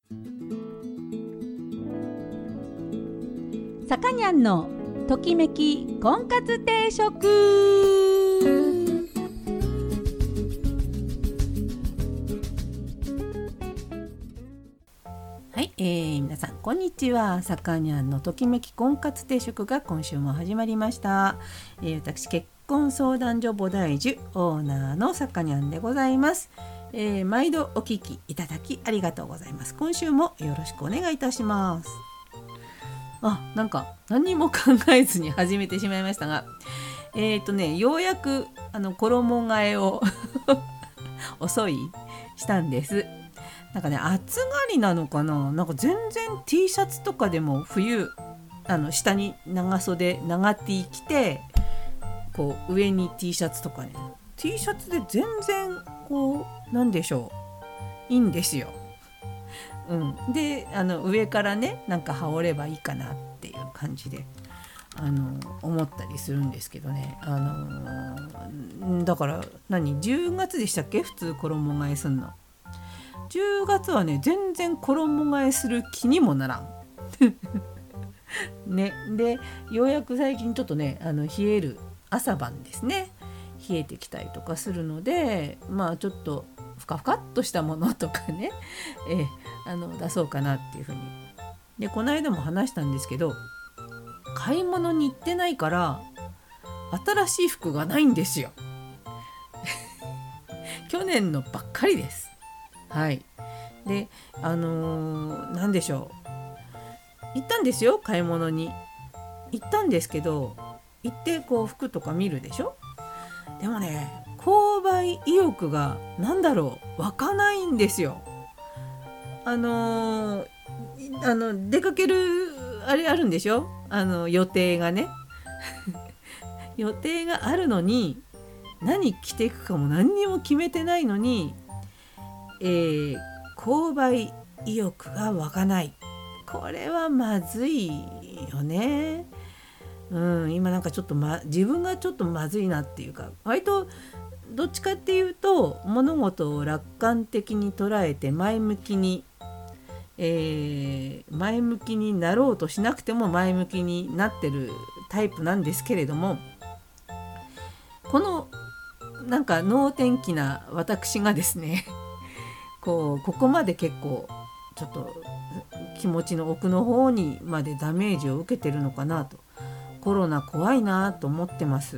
さかにゃんのときめき婚活定食。はい、皆さんこんにちは。さかにゃんのときめき婚活定食が今週も始まりました。私結婚相談所菩提樹オーナーのさかにゃんでございます。毎度お聞きいただきありがとうございます。今週もよろしくお願いいたします。なんか何も考えずに始めてしまいましたが、ようやく衣替えを遅いしたんです。なんかね、暑がりなのかな、なんか全然 T シャツとかでも冬下に長袖長 T 着て、こう上に T シャツとかね、 T シャツで全然こうなんでしょう、いいんですよ。で上からねなんか羽織ればいいかなっていう感じで思ったりするんですけどね。だから10月でしたっけ、普通衣替えすんの。10月はね全然衣替えする気にもならんね。でようやく最近ちょっとね冷える朝晩ですね、冷えてきたりとかするので、ちょっとふかふかっとしたものとかね、出そうかなっていうふうに。でこの間も話したんですけど、買い物に行ってないから新しい服がないんですよ去年のばっかりです。はい。でなんでしょう、行ったんですよ、買い物に行ったんですけど、行ってこう服とか見るでしょ。でもね、購買意欲が湧かないんですよ。出かけるあれあるんでしょ、予定がね予定があるのに何着ていくかも何にも決めてないのに、購買意欲が湧かない。これはまずいよね。今なんかちょっと、自分がちょっとまずいなっていうか、割とどっちかっていうと物事を楽観的に捉えて前向きになろうとしなくても前向きになってるタイプなんですけれども、このなんか能天気な私がですねここまで結構ちょっと気持ちの奥の方にまでダメージを受けてるのかなと。コロナ怖いなと思ってます。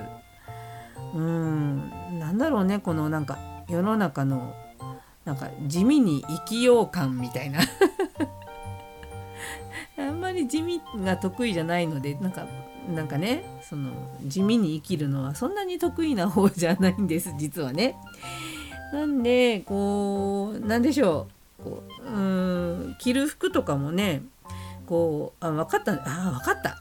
なんだろうね、このなんか世の中のなんか地味に生きよう感みたいなあんまり地味が得意じゃないので、なんかね、その地味に生きるのはそんなに得意な方じゃないんです、実はね。なんでなんでしょう、着る服とかもね、分かった、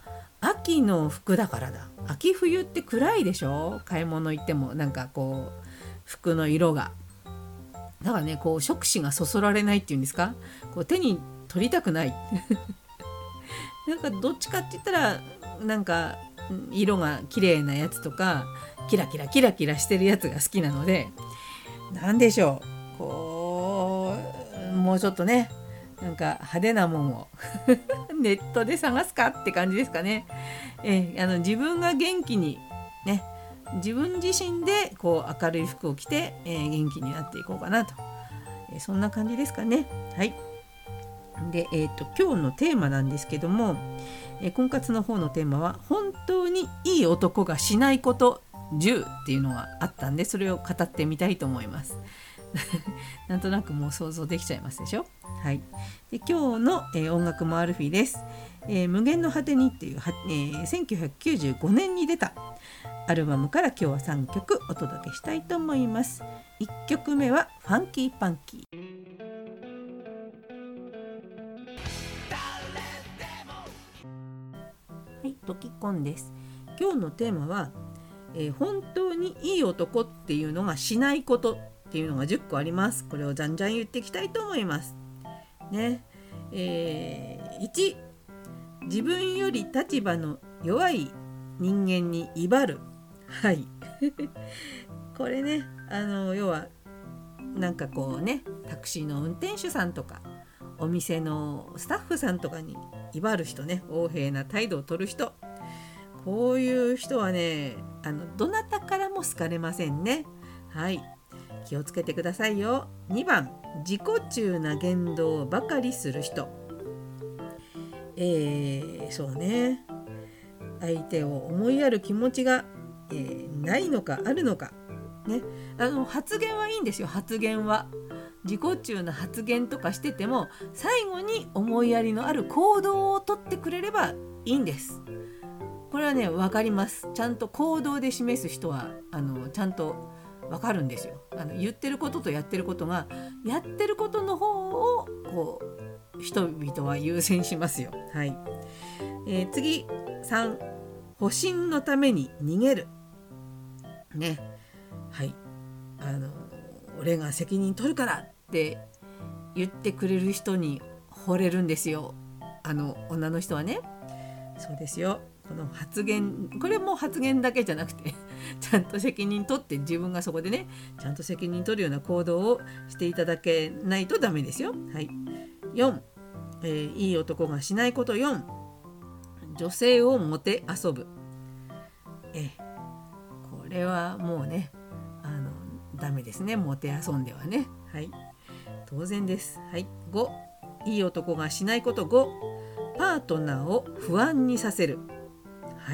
秋の服だからだ。秋冬って暗いでしょ、買い物行ってもなんか服の色が。だからね、触手がそそられないっていうんですか、手に取りたくないなんかどっちかって言ったらなんか色が綺麗なやつとかキラキラキラキラしてるやつが好きなので、なんでしょう、もうちょっとね、なんか派手なもんをネットで探すかって感じですかね。自分が元気にね、自分自身で明るい服を着て、元気になっていこうかなと、そんな感じですかね。はい。で、今日のテーマなんですけども、婚活の方のテーマは本当にいい男がしないこと10っていうのがあったんで、それを語ってみたいと思いますなんとなくもう想像できちゃいますでしょ。はい。で今日の、音楽もアルフィーです。無限の果てにっていう、1995年に出たアルバムから今日は3曲お届けしたいと思います。1曲目はファンキーパンキー。はい、トキコンです。今日のテーマは、本当にいい男っていうのがしないことっていうのが10個あります。これをじゃんじゃん言っていきたいと思いますね。1、自分より立場の弱い人間に威張る。はいこれね、要はなんかタクシーの運転手さんとかお店のスタッフさんとかに威張る人ね、横柄な態度を取る人、こういう人はね、どなたからも好かれませんね。はい、気をつけてくださいよ。2番、自己中な言動ばかりする人。そうね、相手を思いやる気持ちが、ないのかあるのかね。発言はいいんですよ。発言は自己中な発言とかしてても、最後に思いやりのある行動をとってくれればいいんです。これはね、分かります。ちゃんと行動で示す人はちゃんと分かるんですよ。言ってることとやってることが、やってることの方をこう人々は優先しますよ。はい。次、3、保身のために逃げるね。はい、俺が責任取るからって言ってくれる人に惚れるんですよ。女の人はね。そうですよ。この発言、これも発言だけじゃなくてちゃんと責任取って、自分がそこでねちゃんと責任取るような行動をしていただけないとダメですよ。はい。4、いい男がしないこと。4、女性をもてあそぶ。これはもうねダメですね。もてあそんではね。はい、当然です。はい。5、いい男がしないこと。5、パートナーを不安にさせる。はい。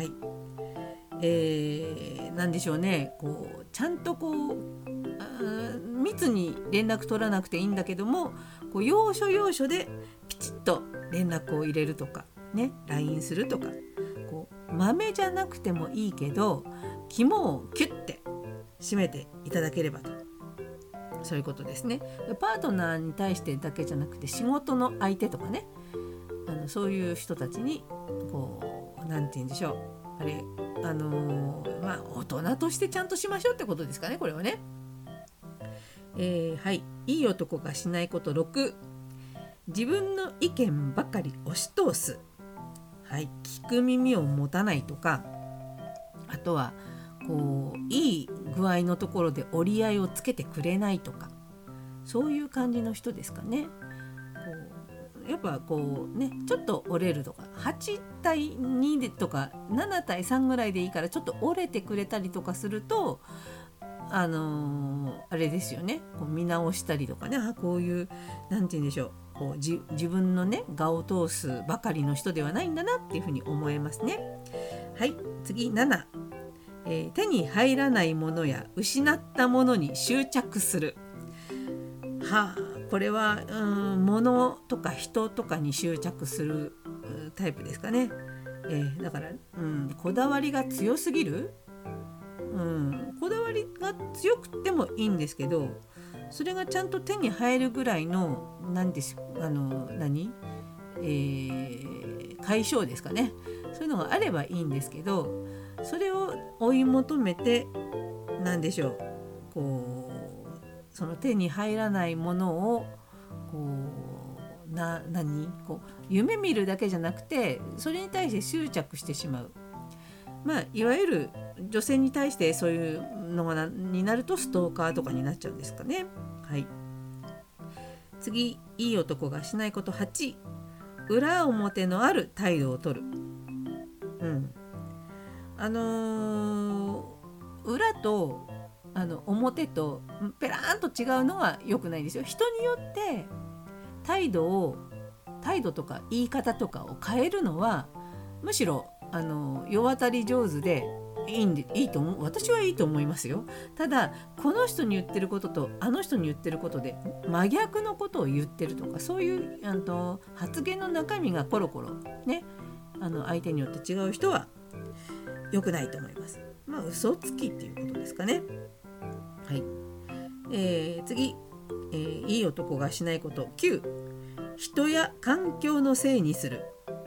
なんでしょうね、こうちゃんとこう密に連絡取らなくていいんだけども、こう要所要所でピチッと連絡を入れるとかね、 LINE するとか、こう豆じゃなくてもいいけど肝をキュッて締めていただければと、そういうことですね。パートナーに対してだけじゃなくて、仕事の相手とかね、そういう人たちにこうなんて言うんでしょう、あれ大人としてちゃんとしましょうってことですかね、これはね。はい。いい男がしないこと。6、自分の意見ばかり押し通す。はい。聞く耳を持たないとか、あとはこういい具合のところで折り合いをつけてくれないとか、そういう感じの人ですかね。やっぱこうね、ちょっと折れるとか、8対2でとか7対3ぐらいでいいからちょっと折れてくれたりとかすると、あれですよね、こう見直したりとかね、こういうなんて言うんでしょう、こう自分のね我を通すばかりの人ではないんだなっていうふうに思えますね。はい。次、7、手に入らないものや失ったものに執着する。これは物とか人とかに執着するタイプですかね。だから、こだわりが強すぎる、こだわりが強くてもいいんですけど、それがちゃんと手に入るぐらいの解消ですかね、そういうのがあればいいんですけど、それを追い求めてなんでしょう、こうその手に入らないものをこう夢見るだけじゃなくて、それに対して執着してしまう。いわゆる女性に対してそういうのになるとストーカーとかになっちゃうんですかね。はい。次、いい男がしないこと。8、裏表のある態度をとる。裏と表とペラーンと違うのは良くないですよ。人によって態度とか言い方とかを変えるのはむしろ世渡り上手でいいと思う。私はいいと思いますよ。ただこの人に言ってることとあの人に言ってることで真逆のことを言ってるとか、そういう発言の中身がコロコロね、相手によって違う人は良くないと思います。嘘つきっていうことですかね。はい。次、いい男がしないこと。9、人や環境のせいにする。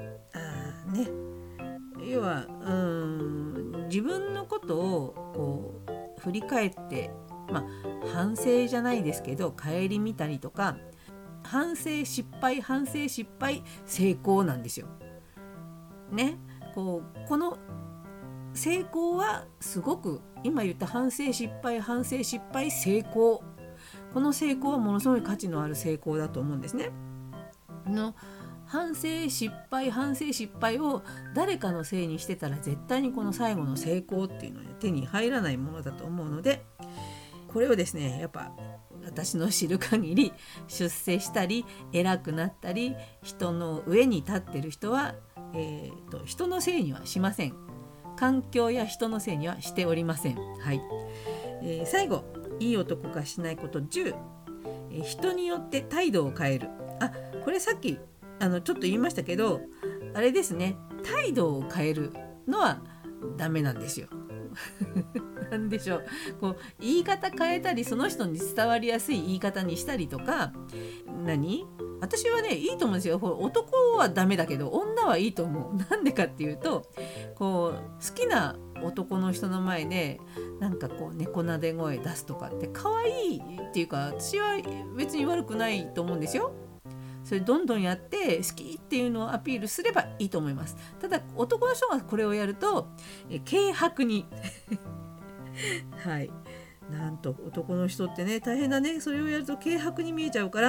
要は自分のことをこう振り返って、反省じゃないですけど顧みたりとか、反省失敗成功なんですよ。ね、この成功はすごく今言った反省失敗成功、この成功はものすごい価値のある成功だと思うんですね。 の反省失敗を誰かのせいにしてたら絶対にこの最後の成功っていうのは手に入らないものだと思うので、これをですねやっぱ私の知る限り出世したり偉くなったり人の上に立ってる人は、人のせいにはしません。環境や人のせいにはしておりません。はい。最後、いい男がしないこと10、人によって態度を変える。これさっきちょっと言いましたけど、あれですね、態度を変えるのはダメなんですよ。なんでしょう、こう言い方変えたりその人に伝わりやすい言い方にしたりとか、私はねいいと思うんですよ。男はダメだけど女はいいと思う。なんでかっていうと、こう好きな男の人の前でなんかこう猫なで声出すとかって可愛いっていうか、私は別に悪くないと思うんですよ。それどんどんやって好きっていうのをアピールすればいいと思います。ただ男の人がこれをやると軽薄にはい、なんと男の人ってね大変だね。それをやると軽薄に見えちゃうから、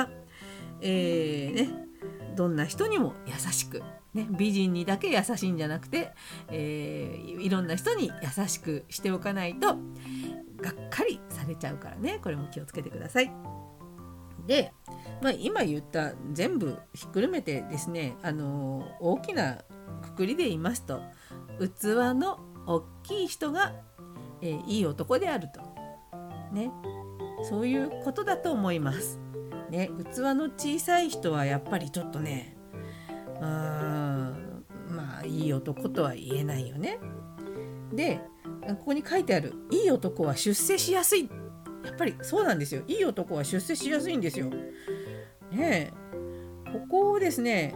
どんな人にも優しく、美人にだけ優しいんじゃなくて、いろんな人に優しくしておかないとがっかりされちゃうからね。これも気をつけてください。で、今言った全部ひっくるめてですね、大きなくくりで言いますと、器の大きい人が、いい男であると、そういうことだと思います。器の小さい人はやっぱりちょっとね、いい男とは言えないよね。で、ここに書いてあるいい男は出世しやすい。やっぱりそうなんですよ。いい男は出世しやすいんですよ。ここをですね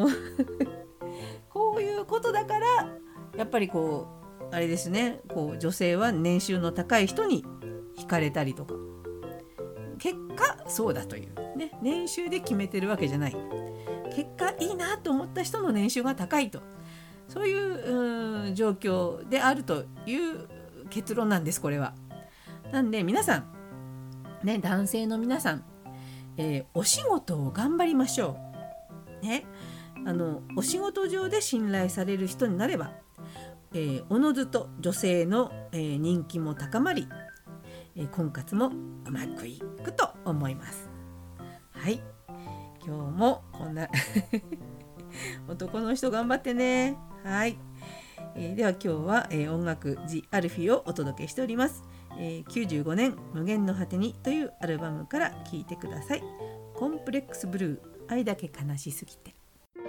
こういうことだからやっぱりこうあれですね、こう女性は年収の高い人に惹かれたりとか、結果そうだという年収で決めてるわけじゃない。結果いいなと思った人の年収が高いと、そういう状況であるという結論なんです。これはなんで皆さん男性の皆さん、お仕事を頑張りましょう。お仕事上で信頼される人になれば、おのずと女性の、人気も高まり、婚活もうまくいくと思います。はい、今日もこんな男の人頑張ってね。はい、では今日は、音楽ジ・アルフィをお届けしております。95年無限の果てにというアルバムから聴いてください。コンプレックスブルー、愛だけ悲しすぎて。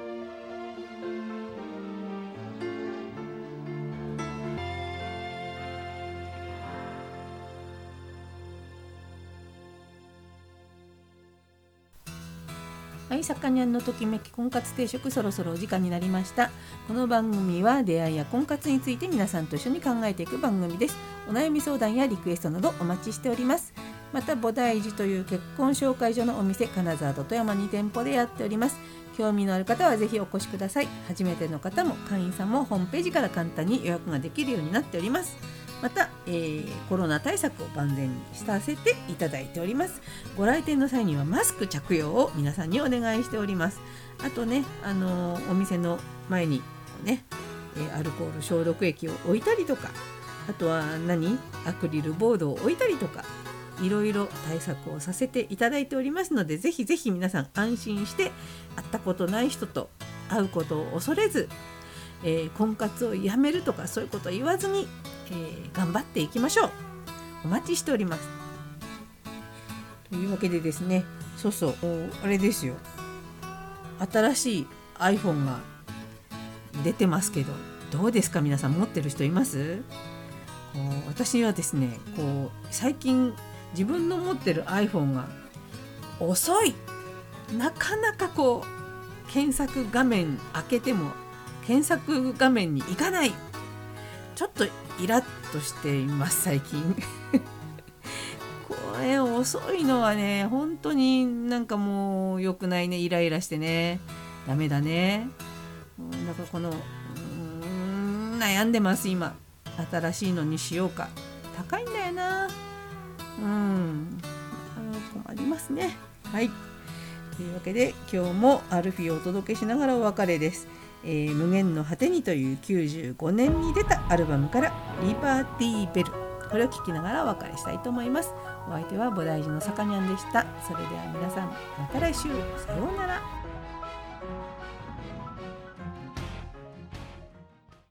はい、さかにゃんのときめき婚活定食、そろそろお時間になりました。この番組は出会いや婚活について皆さんと一緒に考えていく番組です。お悩み相談やリクエストなどお待ちしております。また菩提寺という結婚紹介所のお店、金沢と富山に店舗でやっております。興味のある方はぜひお越しください。初めての方も会員さんもホームページから簡単に予約ができるようになっております。また、コロナ対策を万全にさせていただいております。ご来店の際にはマスク着用を皆さんにお願いしております。あとね、お店の前にアルコール消毒液を置いたりとか、あとはアクリルボードを置いたりとか、いろいろ対策をさせていただいておりますので、ぜひぜひ皆さん安心して会ったことない人と会うことを恐れず、婚活をやめるとかそういうことを言わずに、頑張っていきましょう。お待ちしております。というわけでですね、あれですよ、新しい iPhone が出てますけど、どうですか皆さん、持ってる人います？私はですね、最近自分の持ってる iPhone が遅い、なかなか検索画面開けても検索画面に行かない、ちょっとイラッとしています最近これ遅いのはね、本当になんかもう良くないね。イライラしてね、ダメだね。だから悩んでます今。新しいのにしようか、高いんだよな。困りますね。はい、 というわけで今日もアルフィーをお届けしながらお別れです。無限の果てにという95年に出たアルバムからリバティベル、これを聴きながらお別れしたいと思います。お相手は菩提寺のさかにゃんでした。それでは皆さんまた来週、さようなら。